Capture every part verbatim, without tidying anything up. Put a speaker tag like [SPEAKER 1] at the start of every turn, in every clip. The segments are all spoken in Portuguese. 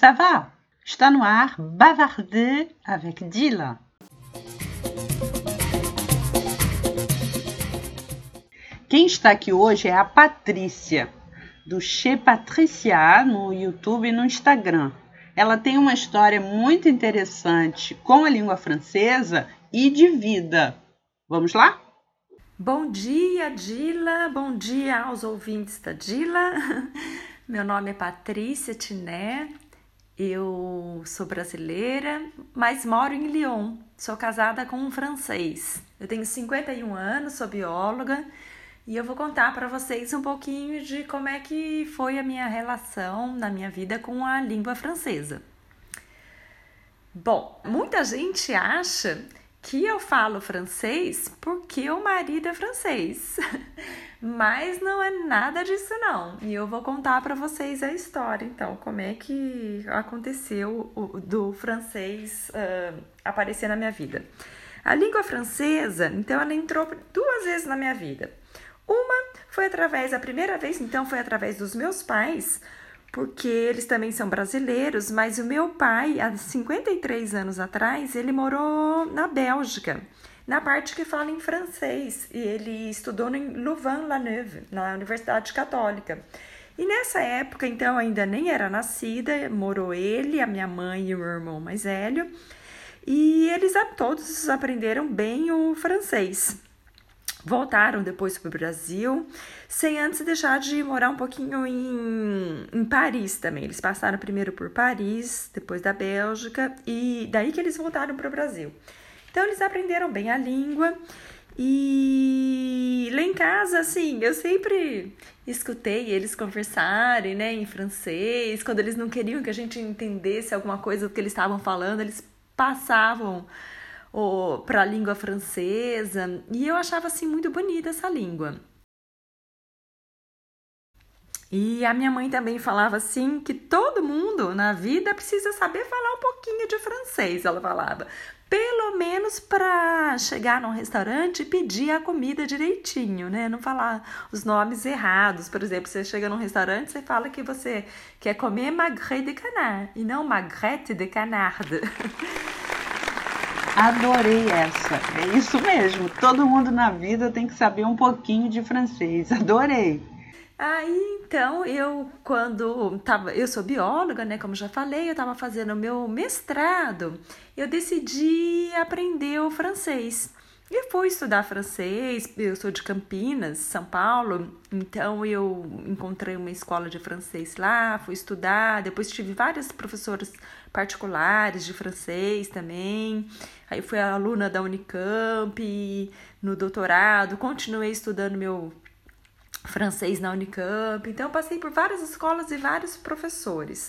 [SPEAKER 1] ça va? Está no ar Bavarder avec Dila. Quem está aqui hoje é a Patrícia, do Chez Patricia no YouTube e no Instagram. Ela tem uma história muito interessante com a língua francesa e de vida. Vamos lá?
[SPEAKER 2] Bom dia, Dila. Bom dia aos ouvintes da Dila. Meu nome é Patrícia Tiné. Eu sou brasileira, mas moro em Lyon. Sou casada com um francês. Eu tenho cinquenta e um anos, sou bióloga e eu vou contar para vocês um pouquinho de como é que foi a minha relação na minha vida com a língua francesa. Bom, muita gente acha que eu falo francês porque o marido é francês, mas não é nada disso não. E eu vou contar para vocês a história, então, como é que aconteceu o, do francês uh, aparecer na minha vida. A língua francesa, então, ela entrou duas vezes na minha vida. Uma foi através, a primeira vez, então, foi através dos meus pais, porque eles também são brasileiros, mas o meu pai, há cinquenta e três anos atrás, ele morou na Bélgica, na parte que fala em francês, e ele estudou em Louvain-la-Neuve, na Universidade Católica. E nessa época, então, ainda nem era nascida, morou ele, a minha mãe e o meu irmão mais velho, e eles todos aprenderam bem o francês. Voltaram depois para o Brasil, sem antes deixar de morar um pouquinho em, em Paris também. Eles passaram primeiro por Paris, depois da Bélgica, e daí que eles voltaram para o Brasil. Então, eles aprenderam bem a língua e lá em casa, assim, eu sempre escutei eles conversarem, né, em francês. Quando eles não queriam que a gente entendesse alguma coisa do que eles estavam falando, eles passavam para a língua francesa, e eu achava assim muito bonita essa língua. E a minha mãe também falava assim que todo mundo na vida precisa saber falar um pouquinho de francês, ela falava, pelo menos para chegar num restaurante e pedir a comida direitinho, né? Não falar os nomes errados. Por exemplo, você chega num restaurante, você fala que você quer comer magret de canard e não magrette de canard.
[SPEAKER 1] Adorei essa, é isso mesmo, todo mundo na vida tem que saber um pouquinho de francês, adorei.
[SPEAKER 2] Aí, então, eu quando tava, eu sou bióloga, né, como já falei, eu estava fazendo o meu mestrado, eu decidi aprender o francês. E fui estudar francês, eu sou de Campinas, São Paulo, então eu encontrei uma escola de francês lá, fui estudar, depois tive várias professoras particulares de francês também, aí fui aluna da Unicamp, no doutorado, continuei estudando meu francês na Unicamp, então passei por várias escolas e vários professores.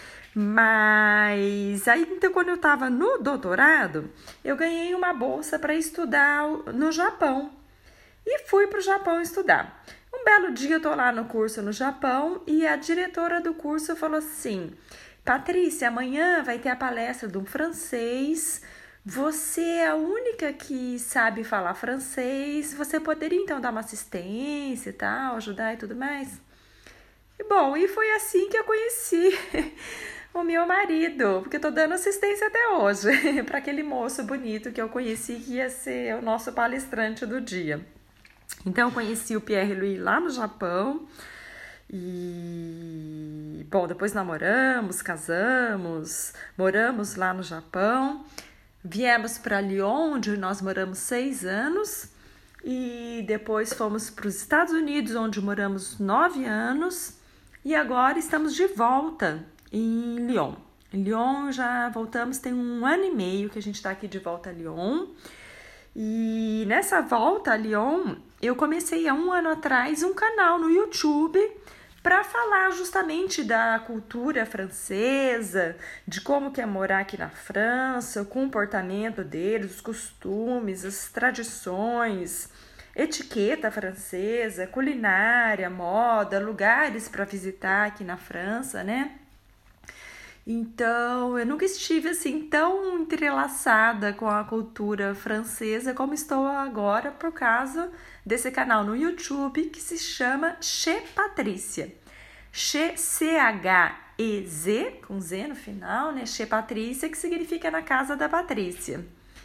[SPEAKER 2] Mas aí, então, quando eu estava no doutorado, eu ganhei uma bolsa para estudar no Japão e fui para o Japão estudar. Um belo dia eu estou lá no curso no Japão e a diretora do curso falou assim: Patrícia, amanhã vai ter a palestra de um francês, você é a única que sabe falar francês, você poderia então dar uma assistência e tal, ajudar e tudo mais? E bom, e foi assim que eu conheci o meu marido, porque eu tô dando assistência até hoje para aquele moço bonito que eu conheci, que ia ser o nosso palestrante do dia. Então eu conheci o Pierre-Louis lá no Japão e, bom, depois namoramos, casamos, moramos lá no Japão, viemos para Lyon, onde nós moramos seis anos, e depois fomos para os Estados Unidos, onde moramos nove anos, e agora estamos de volta em Lyon. Em Lyon já voltamos, tem um ano e meio que a gente está aqui de volta a Lyon. E nessa volta a Lyon, eu comecei há um ano atrás um canal no YouTube para falar justamente da cultura francesa, de como que é morar aqui na França, o comportamento deles, os costumes, as tradições, etiqueta francesa, culinária, moda, lugares para visitar aqui na França, né? Então, eu nunca estive assim tão entrelaçada com a cultura francesa como estou agora por causa desse canal no YouTube que se chama Chez Patricia. Chez, C H E Z, com Z no final, né? Chez Patrícia, que significa na casa da Patrícia.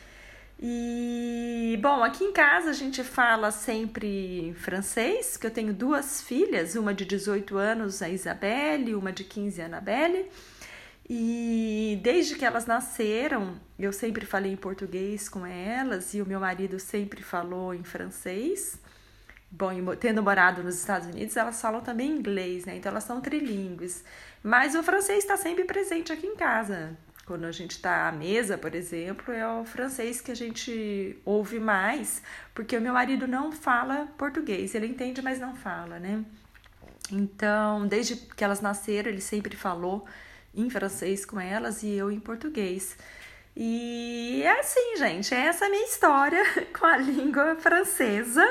[SPEAKER 2] E, bom, aqui em casa a gente fala sempre francês, que eu tenho duas filhas, uma de dezoito anos, a Isabelle, uma de quinze, a Annabelle. E desde que elas nasceram, eu sempre falei em português com elas e o meu marido sempre falou em francês. Bom, tendo morado nos Estados Unidos, elas falam também inglês, né? Então elas são trilíngues. Mas o francês está sempre presente aqui em casa. Quando a gente está à mesa, por exemplo, é o francês que a gente ouve mais, porque o meu marido não fala português. Ele entende, mas não fala, né? Então, desde que elas nasceram, ele sempre falou em francês com elas e eu em português. E é assim, gente, essa é a minha história com a língua francesa.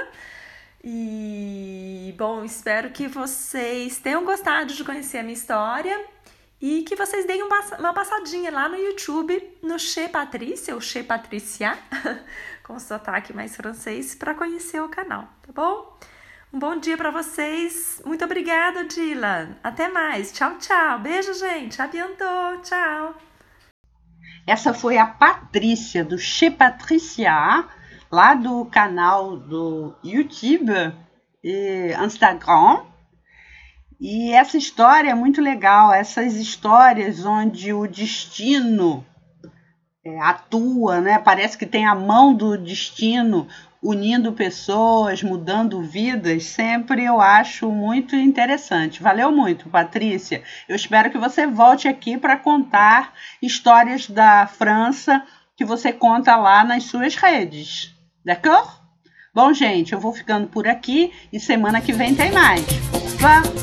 [SPEAKER 2] E, bom, espero que vocês tenham gostado de conhecer a minha história e que vocês deem uma passadinha lá no YouTube, no Chez Patrícia, ou Chez Patricia, com sotaque mais francês, para conhecer o canal, tá bom? Um bom dia para vocês. Muito obrigada, Dylan. Até mais. Tchau, tchau. Beijo, gente. A bientôt. Tchau.
[SPEAKER 1] Essa foi a Patrícia, do Chez Patricia, lá do canal do YouTube e Instagram. E essa história é muito legal. Essas histórias onde o destino é, atua, né? Parece que tem a mão do destino unindo pessoas, mudando vidas, sempre eu acho muito interessante. Valeu muito, Patrícia. Eu espero que você volte aqui para contar histórias da França que você conta lá nas suas redes. D'accord? Bom, gente, eu vou ficando por aqui e semana que vem tem mais. Vá!